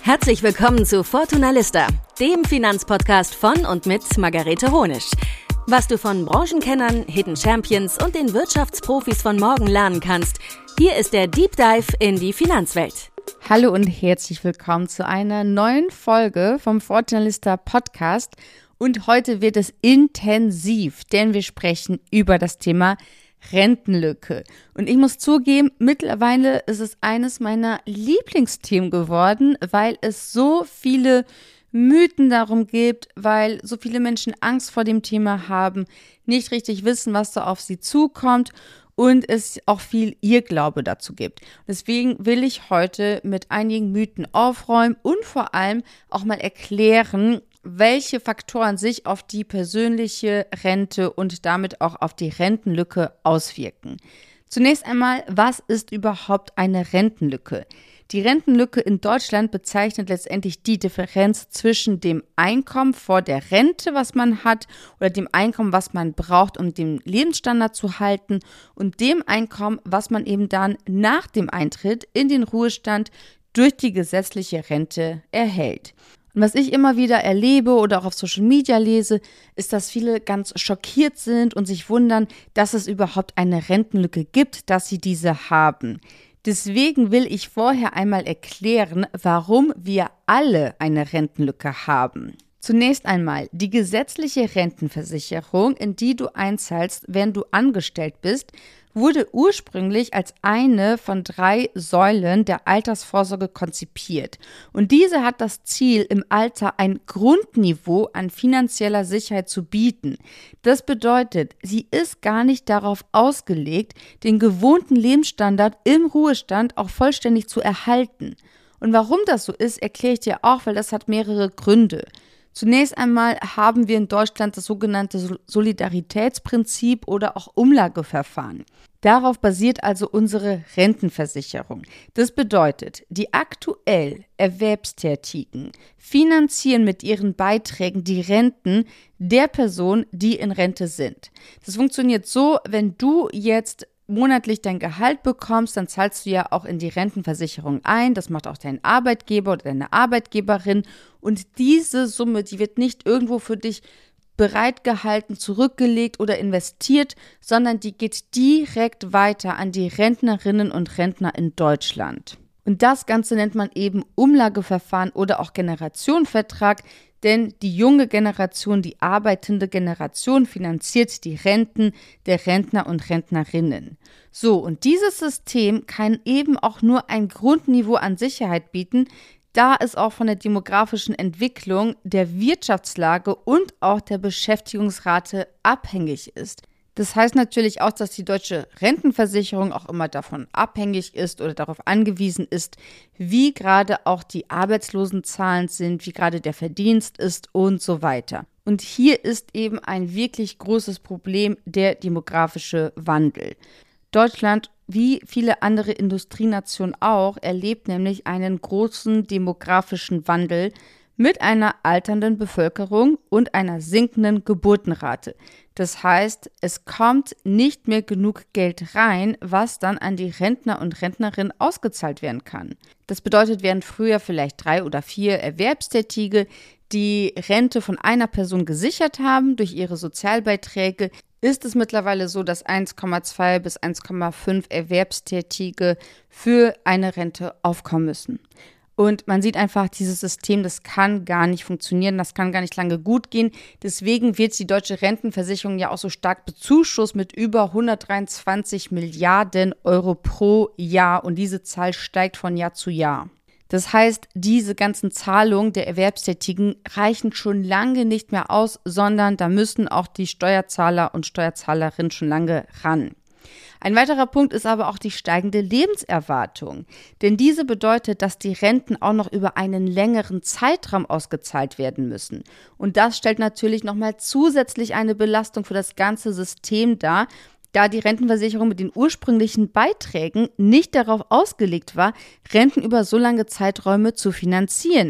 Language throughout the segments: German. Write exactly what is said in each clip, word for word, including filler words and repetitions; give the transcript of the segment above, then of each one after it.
Herzlich willkommen zu Fortuna Lista, dem Finanzpodcast von und mit Margarete Honisch. Was du von Branchenkennern, Hidden Champions und den Wirtschaftsprofis von morgen lernen kannst, hier ist der Deep Dive in die Finanzwelt. Hallo und herzlich willkommen zu einer neuen Folge vom Fortuna Lista Podcast. Und heute wird es intensiv, denn wir sprechen über das Thema Rentenlücke. Und ich muss zugeben, mittlerweile ist es eines meiner Lieblingsthemen geworden, weil es so viele Mythen darum gibt, weil so viele Menschen Angst vor dem Thema haben, nicht richtig wissen, was da auf sie zukommt und es auch viel Irrglaube dazu gibt. Deswegen will ich heute mit einigen Mythen aufräumen und vor allem auch mal erklären, welche Faktoren sich auf die persönliche Rente und damit auch auf die Rentenlücke auswirken. Zunächst einmal, was ist überhaupt eine Rentenlücke? Die Rentenlücke in Deutschland bezeichnet letztendlich die Differenz zwischen dem Einkommen vor der Rente, was man hat, oder dem Einkommen, was man braucht, um den Lebensstandard zu halten, und dem Einkommen, was man eben dann nach dem Eintritt in den Ruhestand durch die gesetzliche Rente erhält. Und was ich immer wieder erlebe oder auch auf Social Media lese, ist, dass viele ganz schockiert sind und sich wundern, dass es überhaupt eine Rentenlücke gibt, dass sie diese haben. Deswegen will ich vorher einmal erklären, warum wir alle eine Rentenlücke haben. Zunächst einmal, die gesetzliche Rentenversicherung, in die du einzahlst, wenn du angestellt bist, wurde ursprünglich als eine von drei Säulen der Altersvorsorge konzipiert. Und diese hat das Ziel, im Alter ein Grundniveau an finanzieller Sicherheit zu bieten. Das bedeutet, sie ist gar nicht darauf ausgelegt, den gewohnten Lebensstandard im Ruhestand auch vollständig zu erhalten. Und warum das so ist, erkläre ich dir auch, weil das hat mehrere Gründe. Zunächst einmal haben wir in Deutschland das sogenannte Solidaritätsprinzip oder auch Umlageverfahren. Darauf basiert also unsere Rentenversicherung. Das bedeutet, die aktuell Erwerbstätigen finanzieren mit ihren Beiträgen die Renten der Personen, die in Rente sind. Das funktioniert so, wenn du jetzt monatlich dein Gehalt bekommst, dann zahlst du ja auch in die Rentenversicherung ein. Das macht auch dein Arbeitgeber oder deine Arbeitgeberin. Und diese Summe, die wird nicht irgendwo für dich bereitgehalten, zurückgelegt oder investiert, sondern die geht direkt weiter an die Rentnerinnen und Rentner in Deutschland. Und das Ganze nennt man eben Umlageverfahren oder auch Generationenvertrag, denn die junge Generation, die arbeitende Generation finanziert die Renten der Rentner und Rentnerinnen. So, und dieses System kann eben auch nur ein Grundniveau an Sicherheit bieten, da es auch von der demografischen Entwicklung, der Wirtschaftslage und auch der Beschäftigungsrate abhängig ist. Das heißt natürlich auch, dass die deutsche Rentenversicherung auch immer davon abhängig ist oder darauf angewiesen ist, wie gerade auch die Arbeitslosenzahlen sind, wie gerade der Verdienst ist und so weiter. Und hier ist eben ein wirklich großes Problem der demografische Wandel. Deutschland, wie viele andere Industrienationen auch, erlebt nämlich einen großen demografischen Wandel mit einer alternden Bevölkerung und einer sinkenden Geburtenrate. Das heißt, es kommt nicht mehr genug Geld rein, was dann an die Rentner und Rentnerinnen ausgezahlt werden kann. Das bedeutet, während früher vielleicht drei oder vier Erwerbstätige die Rente von einer Person gesichert haben durch ihre Sozialbeiträge, ist es mittlerweile so, dass eins Komma zwei bis eins Komma fünf Erwerbstätige für eine Rente aufkommen müssen. Und man sieht einfach, dieses System, das kann gar nicht funktionieren, das kann gar nicht lange gut gehen. Deswegen wird die deutsche Rentenversicherung ja auch so stark bezuschusst mit über hundertdreiundzwanzig Milliarden Euro pro Jahr. Und diese Zahl steigt von Jahr zu Jahr. Das heißt, diese ganzen Zahlungen der Erwerbstätigen reichen schon lange nicht mehr aus, sondern da müssen auch die Steuerzahler und Steuerzahlerinnen schon lange ran. Ein weiterer Punkt ist aber auch die steigende Lebenserwartung. Denn diese bedeutet, dass die Renten auch noch über einen längeren Zeitraum ausgezahlt werden müssen. Und das stellt natürlich nochmal zusätzlich eine Belastung für das ganze System dar, da die Rentenversicherung mit den ursprünglichen Beiträgen nicht darauf ausgelegt war, Renten über so lange Zeiträume zu finanzieren.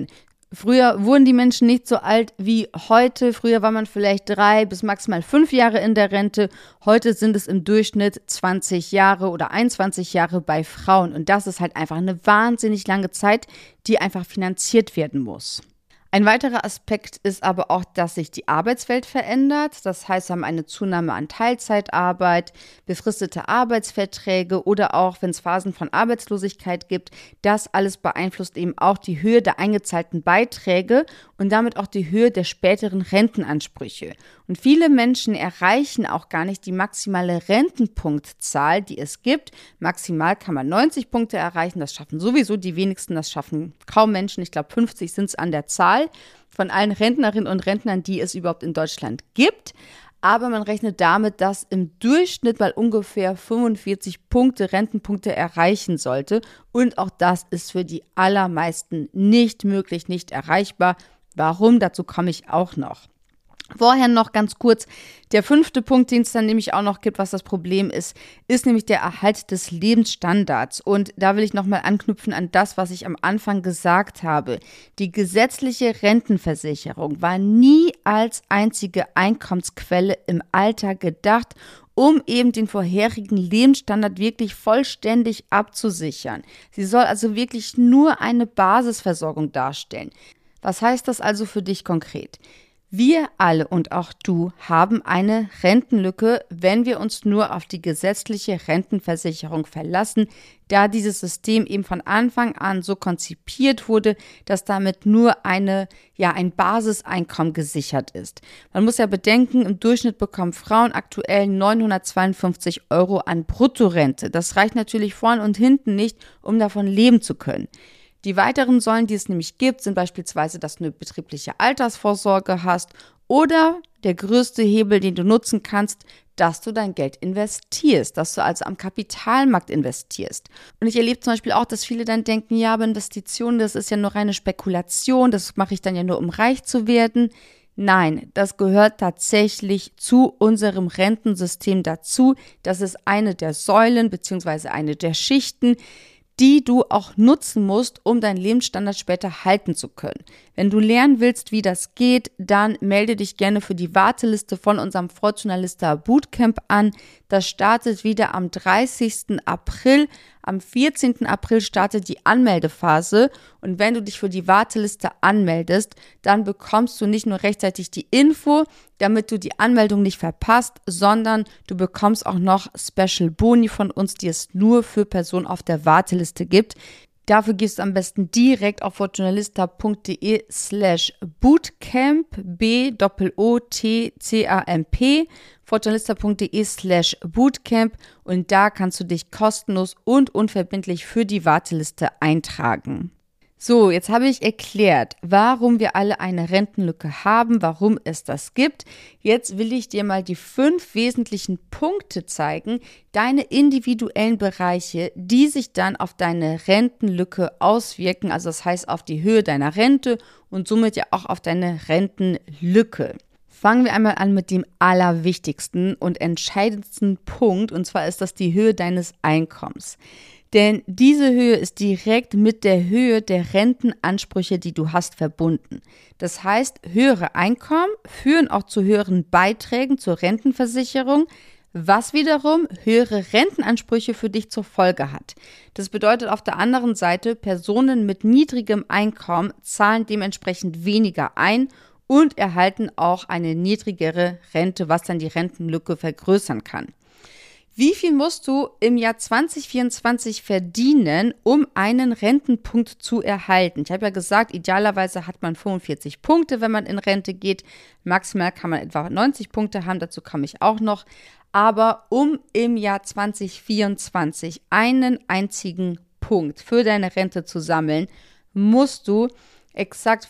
Früher wurden die Menschen nicht so alt wie heute. Früher war man vielleicht drei bis maximal fünf Jahre in der Rente. Heute sind es im Durchschnitt zwanzig Jahre oder einundzwanzig Jahre bei Frauen. Und das ist halt einfach eine wahnsinnig lange Zeit, die einfach finanziert werden muss. Ein weiterer Aspekt ist aber auch, dass sich die Arbeitswelt verändert. Das heißt, wir haben eine Zunahme an Teilzeitarbeit, befristete Arbeitsverträge oder auch, wenn es Phasen von Arbeitslosigkeit gibt. Das alles beeinflusst eben auch die Höhe der eingezahlten Beiträge und damit auch die Höhe der späteren Rentenansprüche. Und viele Menschen erreichen auch gar nicht die maximale Rentenpunktzahl, die es gibt. Maximal kann man neunzig Punkte erreichen. Das schaffen sowieso die wenigsten. Das schaffen kaum Menschen. Ich glaube, fünfzig sind es an der Zahl von allen Rentnerinnen und Rentnern, die es überhaupt in Deutschland gibt. Aber man rechnet damit, dass im Durchschnitt mal ungefähr fünfundvierzig Punkte, Rentenpunkte erreichen sollte. Und auch das ist für die allermeisten nicht möglich, nicht erreichbar. Warum? Dazu komme ich auch noch. Vorher noch ganz kurz, der fünfte Punkt, den es dann nämlich auch noch gibt, was das Problem ist, ist nämlich der Erhalt des Lebensstandards. Und da will ich nochmal anknüpfen an das, was ich am Anfang gesagt habe. Die gesetzliche Rentenversicherung war nie als einzige Einkommensquelle im Alter gedacht, um eben den vorherigen Lebensstandard wirklich vollständig abzusichern. Sie soll also wirklich nur eine Basisversorgung darstellen. Was heißt das also für dich konkret? Wir alle und auch du haben eine Rentenlücke, wenn wir uns nur auf die gesetzliche Rentenversicherung verlassen, da dieses System eben von Anfang an so konzipiert wurde, dass damit nur eine, ja, ein Basiseinkommen gesichert ist. Man muss ja bedenken, im Durchschnitt bekommen Frauen aktuell neunhundertzweiundfünfzig Euro an Bruttorente. Das reicht natürlich vorn und hinten nicht, um davon leben zu können. Die weiteren Säulen, die es nämlich gibt, sind beispielsweise, dass du eine betriebliche Altersvorsorge hast oder der größte Hebel, den du nutzen kannst, dass du dein Geld investierst, dass du also am Kapitalmarkt investierst. Und ich erlebe zum Beispiel auch, dass viele dann denken, ja, aber Investitionen, das ist ja nur reine Spekulation, das mache ich dann ja nur, um reich zu werden. Nein, das gehört tatsächlich zu unserem Rentensystem dazu. Das ist eine der Säulen bzw. eine der Schichten, die du auch nutzen musst, um deinen Lebensstandard später halten zu können. Wenn du lernen willst, wie das geht, dann melde dich gerne für die Warteliste von unserem Fortunalista Bootcamp an. Das startet wieder am dreißigsten April. Am vierzehnten April startet die Anmeldephase und wenn du dich für die Warteliste anmeldest, dann bekommst du nicht nur rechtzeitig die Info, damit du die Anmeldung nicht verpasst, sondern du bekommst auch noch Special Boni von uns, die es nur für Personen auf der Warteliste gibt. Dafür gehst du am besten direkt auf fortunalista.de slash bootcamp, B O O T C A M P, fortunalista.de slash bootcamp und da kannst du dich kostenlos und unverbindlich für die Warteliste eintragen. So, jetzt habe ich erklärt, warum wir alle eine Rentenlücke haben, warum es das gibt. Jetzt will ich dir mal die fünf wesentlichen Punkte zeigen, deine individuellen Bereiche, die sich dann auf deine Rentenlücke auswirken, also das heißt auf die Höhe deiner Rente und somit ja auch auf deine Rentenlücke. Fangen wir einmal an mit dem allerwichtigsten und entscheidendsten Punkt, und zwar ist das die Höhe deines Einkommens. Denn diese Höhe ist direkt mit der Höhe der Rentenansprüche, die du hast, verbunden. Das heißt, höhere Einkommen führen auch zu höheren Beiträgen zur Rentenversicherung, was wiederum höhere Rentenansprüche für dich zur Folge hat. Das bedeutet auf der anderen Seite, Personen mit niedrigem Einkommen zahlen dementsprechend weniger ein und erhalten auch eine niedrigere Rente, was dann die Rentenlücke vergrößern kann. Wie viel musst du im Jahr zwanzig vierundzwanzig verdienen, um einen Rentenpunkt zu erhalten? Ich habe ja gesagt, idealerweise hat man fünfundvierzig Punkte, wenn man in Rente geht. Maximal kann man etwa neunzig Punkte haben, dazu komme ich auch noch. Aber um im Jahr zwanzig vierundzwanzig einen einzigen Punkt für deine Rente zu sammeln, musst du exakt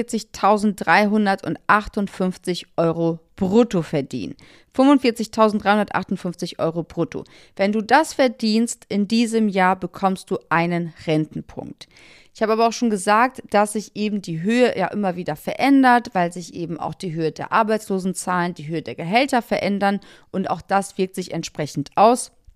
fünfundvierzigtausenddreihundertachtundfünfzig Euro brutto verdienen. fünfundvierzigtausenddreihundertachtundfünfzig Euro brutto. Wenn du das verdienst in diesem Jahr, bekommst du einen Rentenpunkt. Ich habe aber auch schon gesagt, dass sich eben die Höhe ja immer wieder verändert, weil sich eben auch die Höhe der Arbeitslosenzahlen, die Höhe der Gehälter verändern und auch das wirkt sich entsprechend aus.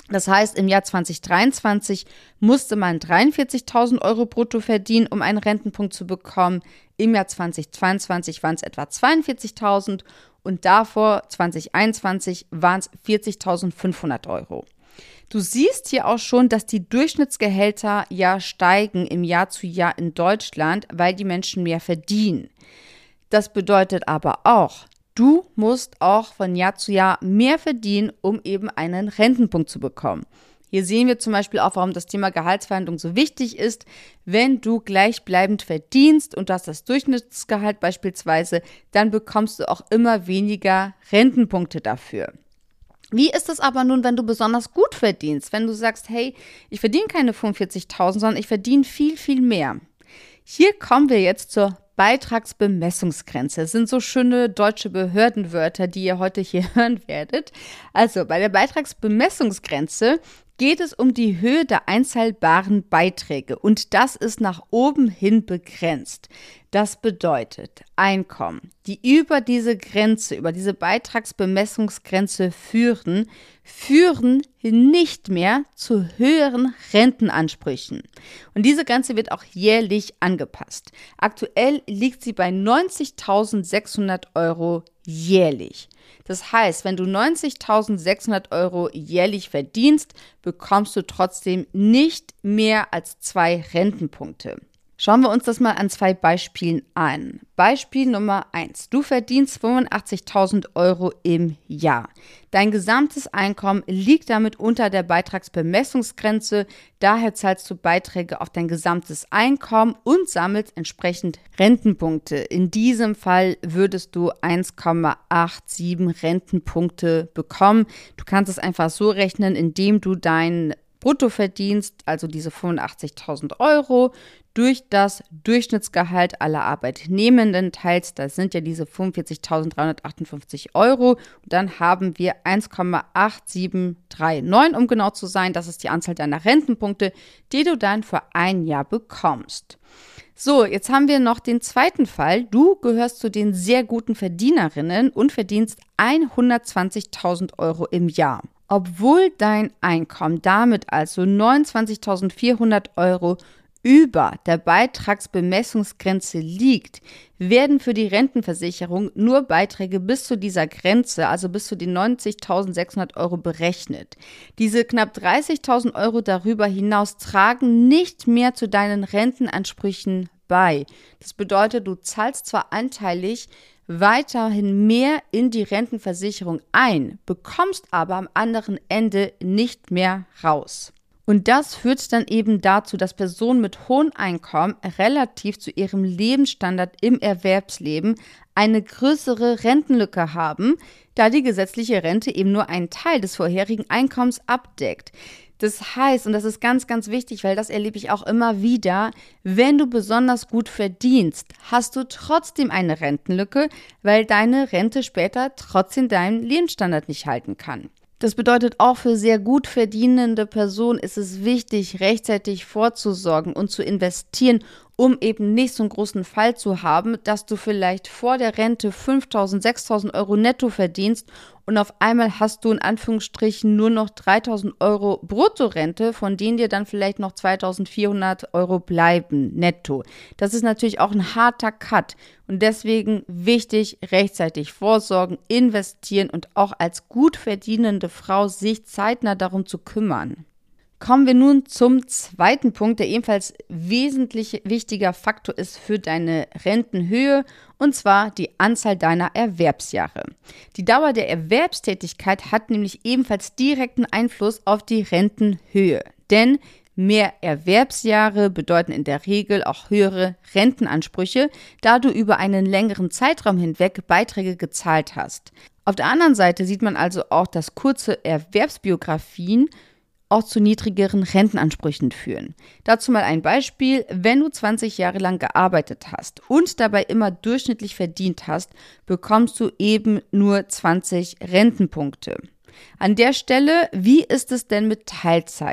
Das heißt, im Jahr zwanzig dreiundzwanzig musste man dreiundvierzigtausend Euro brutto verdienen, um einen Rentenpunkt zu bekommen. Im Jahr zwanzig zweiundzwanzig waren es etwa zweiundvierzigtausend und davor zwanzig einundzwanzig waren es vierzigtausendfünfhundert Euro. Du siehst hier auch schon, dass die Durchschnittsgehälter ja steigen im Jahr zu Jahr in Deutschland, weil die Menschen mehr verdienen. Das bedeutet aber auch, du musst auch von Jahr zu Jahr mehr verdienen, um eben einen Rentenpunkt zu bekommen. Hier sehen wir zum Beispiel auch, warum das Thema Gehaltsverhandlung so wichtig ist. Wenn du gleichbleibend verdienst und du hast das Durchschnittsgehalt beispielsweise, dann bekommst du auch immer weniger Rentenpunkte dafür. Wie ist es aber nun, wenn du besonders gut verdienst? Wenn du sagst, hey, ich verdiene keine fünfundvierzigtausend, sondern ich verdiene viel, viel mehr. Hier kommen wir jetzt zur Beitragsbemessungsgrenze. Das sind so schöne deutsche Behördenwörter, die ihr heute hier hören werdet. Also bei der Beitragsbemessungsgrenze geht es um die Höhe der einzahlbaren Beiträge und das ist nach oben hin begrenzt. Das bedeutet, Einkommen, die über diese Grenze, über diese Beitragsbemessungsgrenze führen, führen nicht mehr zu höheren Rentenansprüchen. Und diese Grenze wird auch jährlich angepasst. Aktuell liegt sie bei neunzigtausendsechshundert Euro jährlich. Das heißt, wenn du neunzigtausendsechshundert Euro jährlich verdienst, bekommst du trotzdem nicht mehr als zwei Rentenpunkte. Schauen wir uns das mal an zwei Beispielen an. Beispiel Nummer eins. Du verdienst fünfundachtzigtausend Euro im Jahr. Dein gesamtes Einkommen liegt damit unter der Beitragsbemessungsgrenze. Daher zahlst du Beiträge auf dein gesamtes Einkommen und sammelst entsprechend Rentenpunkte. In diesem Fall würdest du eins Komma siebenundachtzig Rentenpunkte bekommen. Du kannst es einfach so rechnen, indem du dein Bruttoverdienst, also diese fünfundachtzigtausend Euro, durch das Durchschnittsgehalt aller Arbeitnehmenden teilst. Das sind ja diese fünfundvierzigtausenddreihundertachtundfünfzig Euro. Und dann haben wir eins Komma acht sieben drei neun, um genau zu sein. Das ist die Anzahl deiner Rentenpunkte, die du dann für ein Jahr bekommst. So, jetzt haben wir noch den zweiten Fall. Du gehörst zu den sehr guten Verdienerinnen und verdienst hundertzwanzigtausend Euro im Jahr. Obwohl dein Einkommen damit also neunundzwanzigtausendvierhundert Euro über der Beitragsbemessungsgrenze liegt, werden für die Rentenversicherung nur Beiträge bis zu dieser Grenze, also bis zu den neunzigtausendsechshundert Euro berechnet. Diese knapp dreißigtausend Euro darüber hinaus tragen nicht mehr zu deinen Rentenansprüchen bei. Das bedeutet, du zahlst zwar anteilig weiterhin mehr in die Rentenversicherung ein, bekommst aber am anderen Ende nicht mehr raus. Und das führt dann eben dazu, dass Personen mit hohem Einkommen relativ zu ihrem Lebensstandard im Erwerbsleben eine größere Rentenlücke haben, da die gesetzliche Rente eben nur einen Teil des vorherigen Einkommens abdeckt. Das heißt, und das ist ganz, ganz wichtig, weil das erlebe ich auch immer wieder, wenn du besonders gut verdienst, hast du trotzdem eine Rentenlücke, weil deine Rente später trotzdem deinen Lebensstandard nicht halten kann. Das bedeutet, auch für sehr gut verdienende Personen ist es wichtig, rechtzeitig vorzusorgen und zu investieren, um eben nicht so einen großen Fall zu haben, dass du vielleicht vor der Rente fünftausend, sechstausend Euro netto verdienst und auf einmal hast du in Anführungsstrichen nur noch dreitausend Euro Bruttorente, von denen dir dann vielleicht noch zweitausendvierhundert Euro bleiben netto. Das ist natürlich auch ein harter Cut und deswegen wichtig, rechtzeitig vorsorgen, investieren und auch als gut verdienende Frau sich zeitnah darum zu kümmern. Kommen wir nun zum zweiten Punkt, der ebenfalls wesentlich wichtiger Faktor ist für deine Rentenhöhe, und zwar die Anzahl deiner Erwerbsjahre. Die Dauer der Erwerbstätigkeit hat nämlich ebenfalls direkten Einfluss auf die Rentenhöhe, denn mehr Erwerbsjahre bedeuten in der Regel auch höhere Rentenansprüche, da du über einen längeren Zeitraum hinweg Beiträge gezahlt hast. Auf der anderen Seite sieht man also auch, dass kurze Erwerbsbiografien auch zu niedrigeren Rentenansprüchen führen. Dazu mal ein Beispiel: Wenn du zwanzig Jahre lang gearbeitet hast und dabei immer durchschnittlich verdient hast, bekommst du eben nur zwanzig Rentenpunkte. An der Stelle, wie ist es denn mit Teilzeit?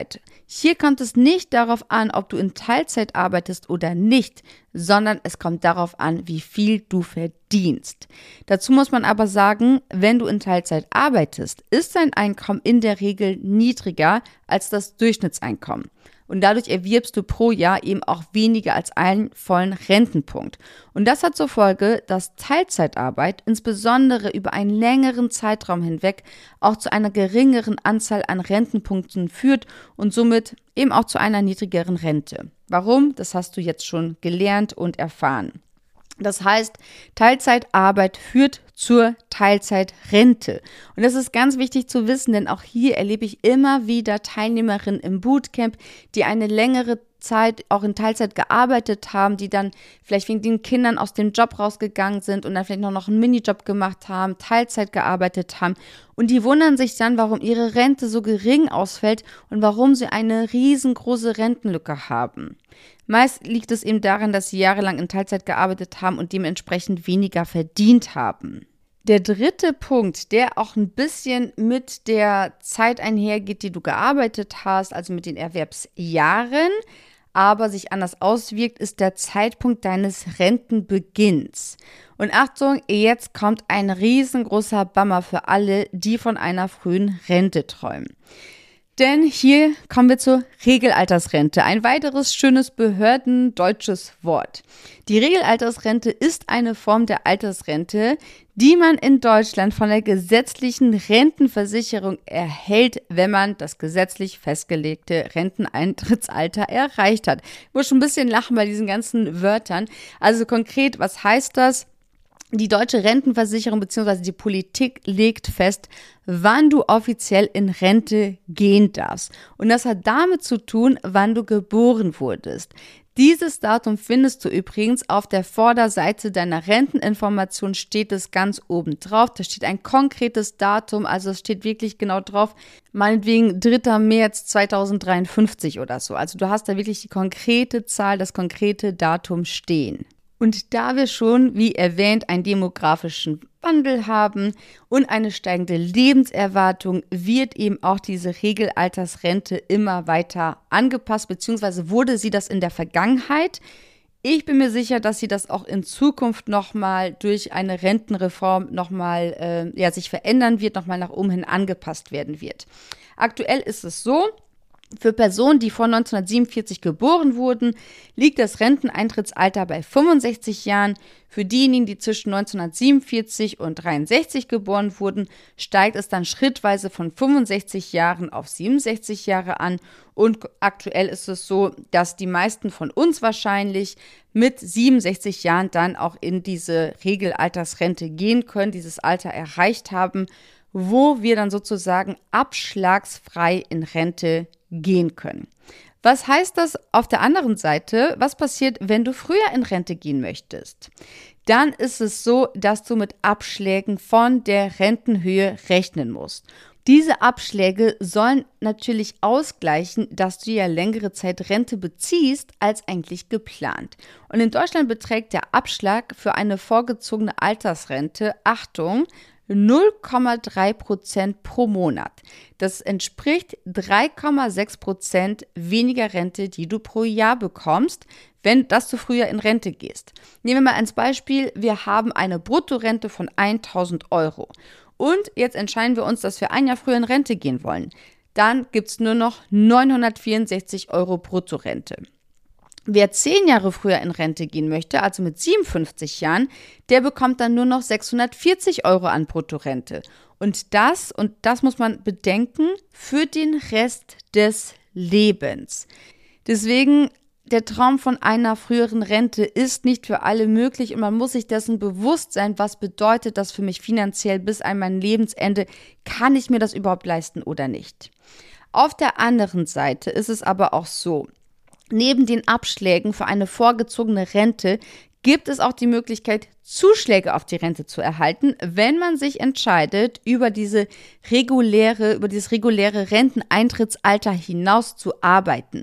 Hier kommt es nicht darauf an, ob du in Teilzeit arbeitest oder nicht, sondern es kommt darauf an, wie viel du verdienst. Dazu muss man aber sagen, wenn du in Teilzeit arbeitest, ist dein Einkommen in der Regel niedriger als das Durchschnittseinkommen. Und dadurch erwirbst du pro Jahr eben auch weniger als einen vollen Rentenpunkt. Und das hat zur Folge, dass Teilzeitarbeit insbesondere über einen längeren Zeitraum hinweg auch zu einer geringeren Anzahl an Rentenpunkten führt und somit eben auch zu einer niedrigeren Rente. Warum? Das hast du jetzt schon gelernt und erfahren. Das heißt, Teilzeitarbeit führt zur Teilzeitrente. Und das ist ganz wichtig zu wissen, denn auch hier erlebe ich immer wieder Teilnehmerinnen im Bootcamp, die eine längere Zeit auch in Teilzeit gearbeitet haben, die dann vielleicht wegen den Kindern aus dem Job rausgegangen sind und dann vielleicht noch, noch einen Minijob gemacht haben, Teilzeit gearbeitet haben. Und die wundern sich dann, warum ihre Rente so gering ausfällt und warum sie eine riesengroße Rentenlücke haben. Meist liegt es eben daran, dass sie jahrelang in Teilzeit gearbeitet haben und dementsprechend weniger verdient haben. Der dritte Punkt, der auch ein bisschen mit der Zeit einhergeht, die du gearbeitet hast, also mit den Erwerbsjahren, aber sich anders auswirkt, ist der Zeitpunkt deines Rentenbeginns. Und Achtung, jetzt kommt ein riesengroßer Bummer für alle, die von einer frühen Rente träumen. Denn hier kommen wir zur Regelaltersrente, ein weiteres schönes behördendeutsches Wort. Die Regelaltersrente ist eine Form der Altersrente, die man in Deutschland von der gesetzlichen Rentenversicherung erhält, wenn man das gesetzlich festgelegte Renteneintrittsalter erreicht hat. Ich muss schon ein bisschen lachen bei diesen ganzen Wörtern. Also konkret, was heißt das? Die deutsche Rentenversicherung bzw. die Politik legt fest, wann du offiziell in Rente gehen darfst. Und das hat damit zu tun, wann du geboren wurdest. Dieses Datum findest du übrigens auf der Vorderseite deiner Renteninformation, steht es ganz oben drauf. Da steht ein konkretes Datum, also es steht wirklich genau drauf, meinetwegen dritter März zweitausenddreiundfünfzig oder so. Also du hast da wirklich die konkrete Zahl, das konkrete Datum stehen. Und da wir schon, wie erwähnt, einen demografischen Wandel haben und eine steigende Lebenserwartung, wird eben auch diese Regelaltersrente immer weiter angepasst, beziehungsweise wurde sie das in der Vergangenheit. Ich bin mir sicher, dass sie das auch in Zukunft nochmal durch eine Rentenreform nochmal äh, ja, sich verändern wird, nochmal nach oben hin angepasst werden wird. Aktuell ist es so, für Personen, die vor neunzehnhundertsiebenundvierzig geboren wurden, liegt das Renteneintrittsalter bei fünfundsechzig Jahren. Für diejenigen, die zwischen neunzehnhundertsiebenundvierzig und dreiundsechzig geboren wurden, steigt es dann schrittweise von fünfundsechzig Jahren auf siebenundsechzig Jahre an. Und aktuell ist es so, dass die meisten von uns wahrscheinlich mit siebenundsechzig Jahren dann auch in diese Regelaltersrente gehen können, dieses Alter erreicht haben, wo wir dann sozusagen abschlagsfrei in Rente gehen können. Was heißt das auf der anderen Seite? Was passiert, wenn du früher in Rente gehen möchtest? Dann ist es so, dass du mit Abschlägen von der Rentenhöhe rechnen musst. Diese Abschläge sollen natürlich ausgleichen, dass du ja längere Zeit Rente beziehst, als eigentlich geplant. Und in Deutschland beträgt der Abschlag für eine vorgezogene Altersrente, Achtung, null Komma drei Prozent pro Monat. Das entspricht drei Komma sechs Prozent weniger Rente, die du pro Jahr bekommst, wenn dass du früher in Rente gehst. Nehmen wir mal als Beispiel, wir haben eine Bruttorente von tausend Euro und jetzt entscheiden wir uns, dass wir ein Jahr früher in Rente gehen wollen. Dann gibt es nur noch neunhundertvierundsechzig Euro Bruttorente. Wer zehn Jahre früher in Rente gehen möchte, also mit siebenundfünfzig Jahren, der bekommt dann nur noch sechshundertvierzig Euro an Bruttorente. Und das, und das muss man bedenken, für den Rest des Lebens. Deswegen, der Traum von einer früheren Rente ist nicht für alle möglich und man muss sich dessen bewusst sein, was bedeutet das für mich finanziell bis an mein Lebensende, kann ich mir das überhaupt leisten oder nicht. Auf der anderen Seite ist es aber auch so, neben den Abschlägen für eine vorgezogene Rente gibt es auch die Möglichkeit, Zuschläge auf die Rente zu erhalten, wenn man sich entscheidet, über diese reguläre, über dieses reguläre Renteneintrittsalter hinaus zu arbeiten.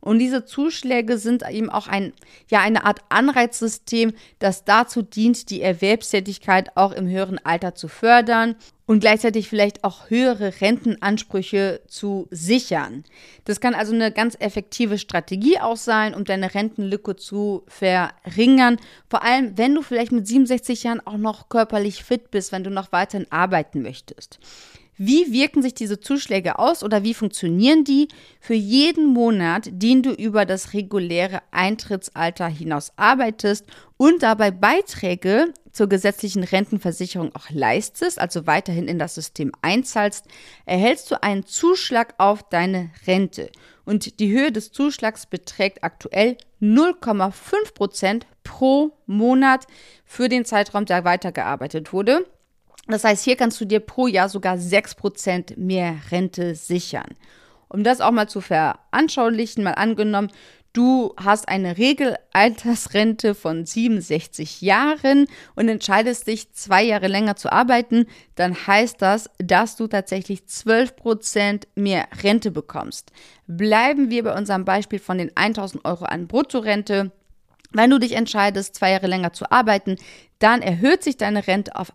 Und diese Zuschläge sind eben auch ein, ja, eine Art Anreizsystem, das dazu dient, die Erwerbstätigkeit auch im höheren Alter zu fördern und gleichzeitig vielleicht auch höhere Rentenansprüche zu sichern. Das kann also eine ganz effektive Strategie auch sein, um deine Rentenlücke zu verringern. Vor allem, wenn du vielleicht mit siebenundsechzig Jahren auch noch körperlich fit bist, wenn du noch weiterhin arbeiten möchtest. Wie wirken sich diese Zuschläge aus oder wie funktionieren die? Für jeden Monat, den du über das reguläre Eintrittsalter hinaus arbeitest und dabei Beiträge zur gesetzlichen Rentenversicherung auch leistest, also weiterhin in das System einzahlst, erhältst du einen Zuschlag auf deine Rente. Und die Höhe des Zuschlags beträgt aktuell null Komma fünf Prozent pro Monat für den Zeitraum, der weitergearbeitet wurde. Das heißt, hier kannst du dir pro Jahr sogar sechs Prozent mehr Rente sichern. Um das auch mal zu veranschaulichen, mal angenommen, du hast eine Regelaltersrente von siebenundsechzig Jahren und entscheidest dich, zwei Jahre länger zu arbeiten, dann heißt das, dass du tatsächlich zwölf Prozent mehr Rente bekommst. Bleiben wir bei unserem Beispiel von den tausend Euro an Bruttorente. Wenn du dich entscheidest, zwei Jahre länger zu arbeiten, dann erhöht sich deine Rente auf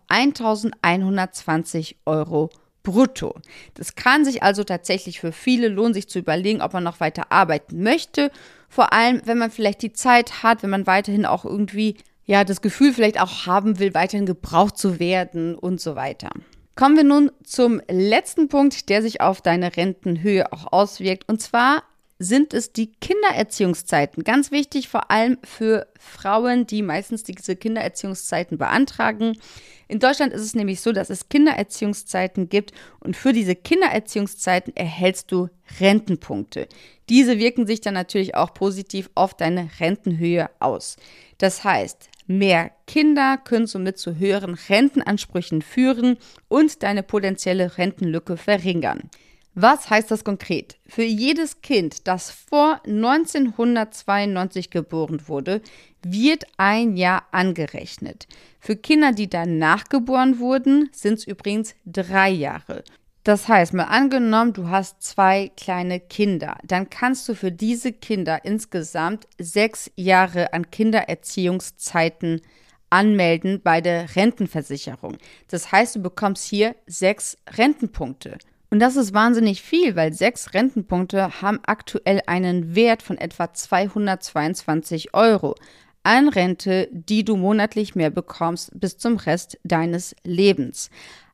eintausendeinhundertzwanzig Euro brutto. Das kann sich also tatsächlich für viele lohnen, sich zu überlegen, ob man noch weiter arbeiten möchte. Vor allem, wenn man vielleicht die Zeit hat, wenn man weiterhin auch irgendwie ja das Gefühl vielleicht auch haben will, weiterhin gebraucht zu werden und so weiter. Kommen wir nun zum letzten Punkt, der sich auf deine Rentenhöhe auch auswirkt, und zwar sind es die Kindererziehungszeiten. Ganz wichtig, vor allem für Frauen, die meistens diese Kindererziehungszeiten beantragen. In Deutschland ist es nämlich so, dass es Kindererziehungszeiten gibt und für diese Kindererziehungszeiten erhältst du Rentenpunkte. Diese wirken sich dann natürlich auch positiv auf deine Rentenhöhe aus. Das heißt, mehr Kinder können somit zu höheren Rentenansprüchen führen und deine potenzielle Rentenlücke verringern. Was heißt das konkret? Für jedes Kind, das vor neunzehnhundertzweiundneunzig geboren wurde, wird ein Jahr angerechnet. Für Kinder, die danach geboren wurden, sind es übrigens drei Jahre. Das heißt, mal angenommen, du hast zwei kleine Kinder, dann kannst du für diese Kinder insgesamt sechs Jahre an Kindererziehungszeiten anmelden bei der Rentenversicherung. Das heißt, du bekommst hier sechs Rentenpunkte. Und das ist wahnsinnig viel, weil sechs Rentenpunkte haben aktuell einen Wert von etwa zweihundertzweiundzwanzig Euro an Rente, die du monatlich mehr bekommst bis zum Rest deines Lebens.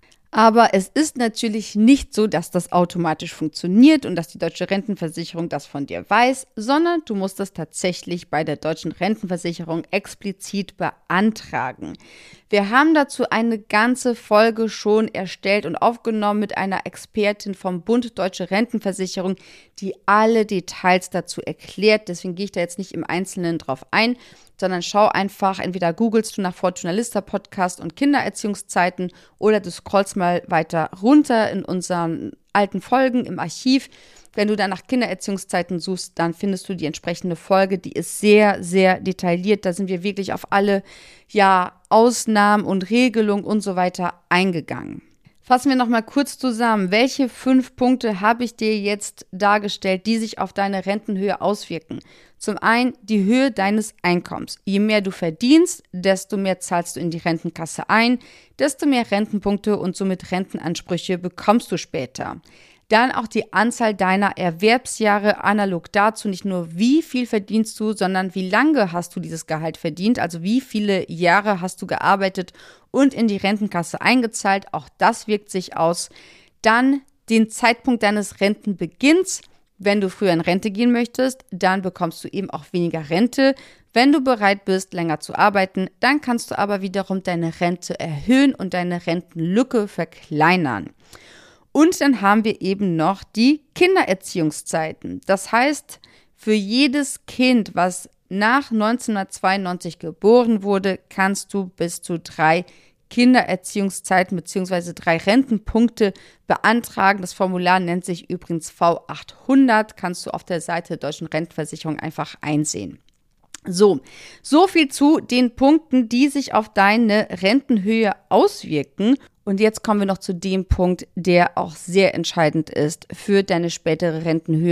Aber es ist natürlich nicht so, dass das automatisch funktioniert und dass die deutsche Rentenversicherung das von dir weiß, sondern du musst das tatsächlich bei der deutschen Rentenversicherung explizit beantragen. Wir haben dazu eine ganze Folge schon erstellt und aufgenommen mit einer Expertin vom Bund Deutsche Rentenversicherung, die alle Details dazu erklärt. Deswegen gehe ich da jetzt nicht im Einzelnen drauf ein, sondern schau einfach, entweder googelst du nach Fortuna Lista Podcast und Kindererziehungszeiten oder du scrollst mal weiter runter in unseren alten Folgen im Archiv. Wenn du dann nach Kindererziehungszeiten suchst, dann findest du die entsprechende Folge, die ist sehr, sehr detailliert. Da sind wir wirklich auf alle ja, Ausnahmen und Regelungen und so weiter eingegangen. Fassen wir nochmal kurz zusammen. Welche fünf Punkte habe ich dir jetzt dargestellt, die sich auf deine Rentenhöhe auswirken? Zum einen die Höhe deines Einkommens. Je mehr du verdienst, desto mehr zahlst du in die Rentenkasse ein, desto mehr Rentenpunkte und somit Rentenansprüche bekommst du später. Dann auch die Anzahl deiner Erwerbsjahre, analog dazu nicht nur wie viel verdienst du, sondern wie lange hast du dieses Gehalt verdient, also wie viele Jahre hast du gearbeitet und in die Rentenkasse eingezahlt, auch das wirkt sich aus. Dann den Zeitpunkt deines Rentenbeginns, wenn du früher in Rente gehen möchtest, dann bekommst du eben auch weniger Rente. Wenn du bereit bist, länger zu arbeiten, dann kannst du aber wiederum deine Rente erhöhen und deine Rentenlücke verkleinern. Und dann haben wir eben noch die Kindererziehungszeiten. Das heißt, für jedes Kind, was nach neunzehnhundertzweiundneunzig geboren wurde, kannst du bis zu drei Kindererziehungszeiten bzw. drei Rentenpunkte beantragen. Das Formular nennt sich übrigens V achthundert, kannst du auf der Seite der Deutschen Rentenversicherung einfach einsehen. So, so viel zu den Punkten, die sich auf deine Rentenhöhe auswirken. Und jetzt kommen wir noch zu dem Punkt, der auch sehr entscheidend ist für deine spätere Rentenhöhe.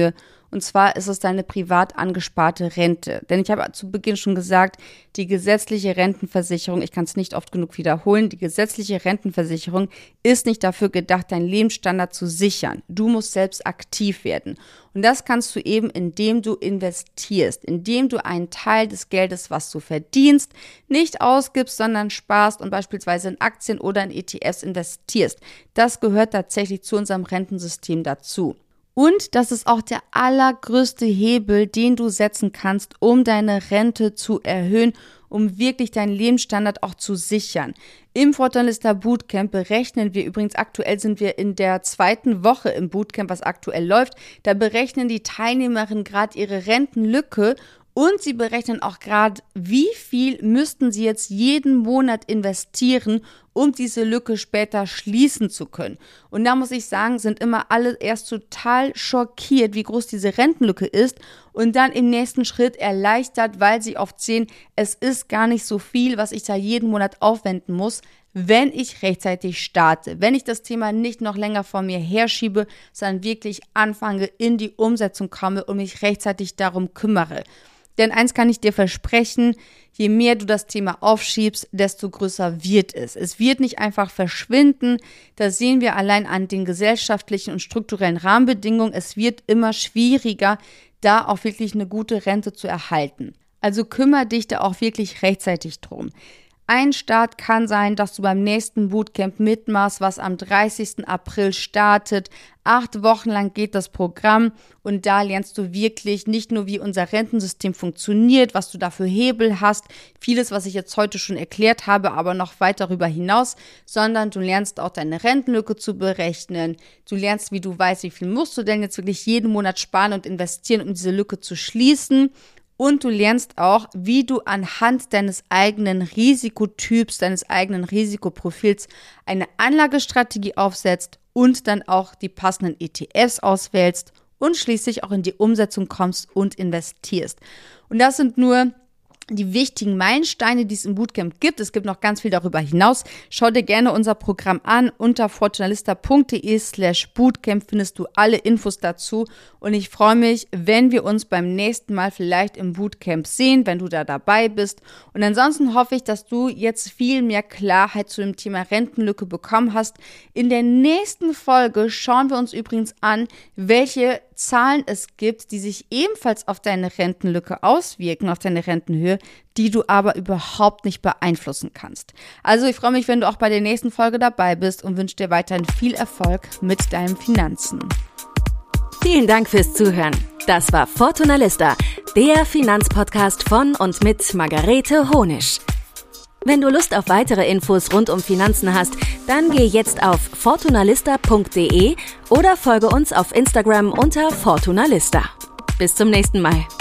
Und zwar ist es deine privat angesparte Rente. Denn ich habe zu Beginn schon gesagt, die gesetzliche Rentenversicherung, ich kann es nicht oft genug wiederholen, die gesetzliche Rentenversicherung ist nicht dafür gedacht, deinen Lebensstandard zu sichern. Du musst selbst aktiv werden. Und das kannst du eben, indem du investierst, indem du einen Teil des Geldes, was du verdienst, nicht ausgibst, sondern sparst und beispielsweise in Aktien oder in E T Fs investierst. Das gehört tatsächlich zu unserem Rentensystem dazu. Und das ist auch der allergrößte Hebel, den du setzen kannst, um deine Rente zu erhöhen, um wirklich deinen Lebensstandard auch zu sichern. Im Fortunalista Bootcamp berechnen wir, übrigens aktuell sind wir in der zweiten Woche im Bootcamp, was aktuell läuft, da berechnen die Teilnehmerinnen gerade ihre Rentenlücke. Und sie berechnen auch gerade, wie viel müssten sie jetzt jeden Monat investieren, um diese Lücke später schließen zu können. Und da muss ich sagen, sind immer alle erst total schockiert, wie groß diese Rentenlücke ist und dann im nächsten Schritt erleichtert, weil sie oft sehen, es ist gar nicht so viel, was ich da jeden Monat aufwenden muss, wenn ich rechtzeitig starte, wenn ich das Thema nicht noch länger vor mir herschiebe, sondern wirklich anfange, in die Umsetzung komme und mich rechtzeitig darum kümmere. Denn eins kann ich dir versprechen, je mehr du das Thema aufschiebst, desto größer wird es. Es wird nicht einfach verschwinden, das sehen wir allein an den gesellschaftlichen und strukturellen Rahmenbedingungen. Es wird immer schwieriger, da auch wirklich eine gute Rente zu erhalten. Also kümmere dich da auch wirklich rechtzeitig drum. Ein Start kann sein, dass du beim nächsten Bootcamp mitmachst, was am dreißigsten April startet. Acht Wochen lang geht das Programm und da lernst du wirklich nicht nur, wie unser Rentensystem funktioniert, was du da für Hebel hast, vieles, was ich jetzt heute schon erklärt habe, aber noch weit darüber hinaus, sondern du lernst auch deine Rentenlücke zu berechnen. Du lernst, wie du weißt, wie viel musst du denn jetzt wirklich jeden Monat sparen und investieren, um diese Lücke zu schließen. Und du lernst auch, wie du anhand deines eigenen Risikotyps, deines eigenen Risikoprofils eine Anlagestrategie aufsetzt und dann auch die passenden E T Fs auswählst und schließlich auch in die Umsetzung kommst und investierst. Und das sind nur die wichtigen Meilensteine, die es im Bootcamp gibt. Es gibt noch ganz viel darüber hinaus. Schau dir gerne unser Programm an. Unter fortunalista.de slash Bootcamp findest du alle Infos dazu. Und ich freue mich, wenn wir uns beim nächsten Mal vielleicht im Bootcamp sehen, wenn du da dabei bist. Und ansonsten hoffe ich, dass du jetzt viel mehr Klarheit zu dem Thema Rentenlücke bekommen hast. In der nächsten Folge schauen wir uns übrigens an, welche Zahlen es gibt, die sich ebenfalls auf deine Rentenlücke auswirken, auf deine Rentenhöhe, die du aber überhaupt nicht beeinflussen kannst. Also ich freue mich, wenn du auch bei der nächsten Folge dabei bist und wünsche dir weiterhin viel Erfolg mit deinen Finanzen. Vielen Dank fürs Zuhören. Das war Fortunalista, der Finanzpodcast von und mit Margarete Honisch. Wenn du Lust auf weitere Infos rund um Finanzen hast, dann geh jetzt auf fortunalista punkt de oder folge uns auf Instagram unter Fortunalista. Bis zum nächsten Mal.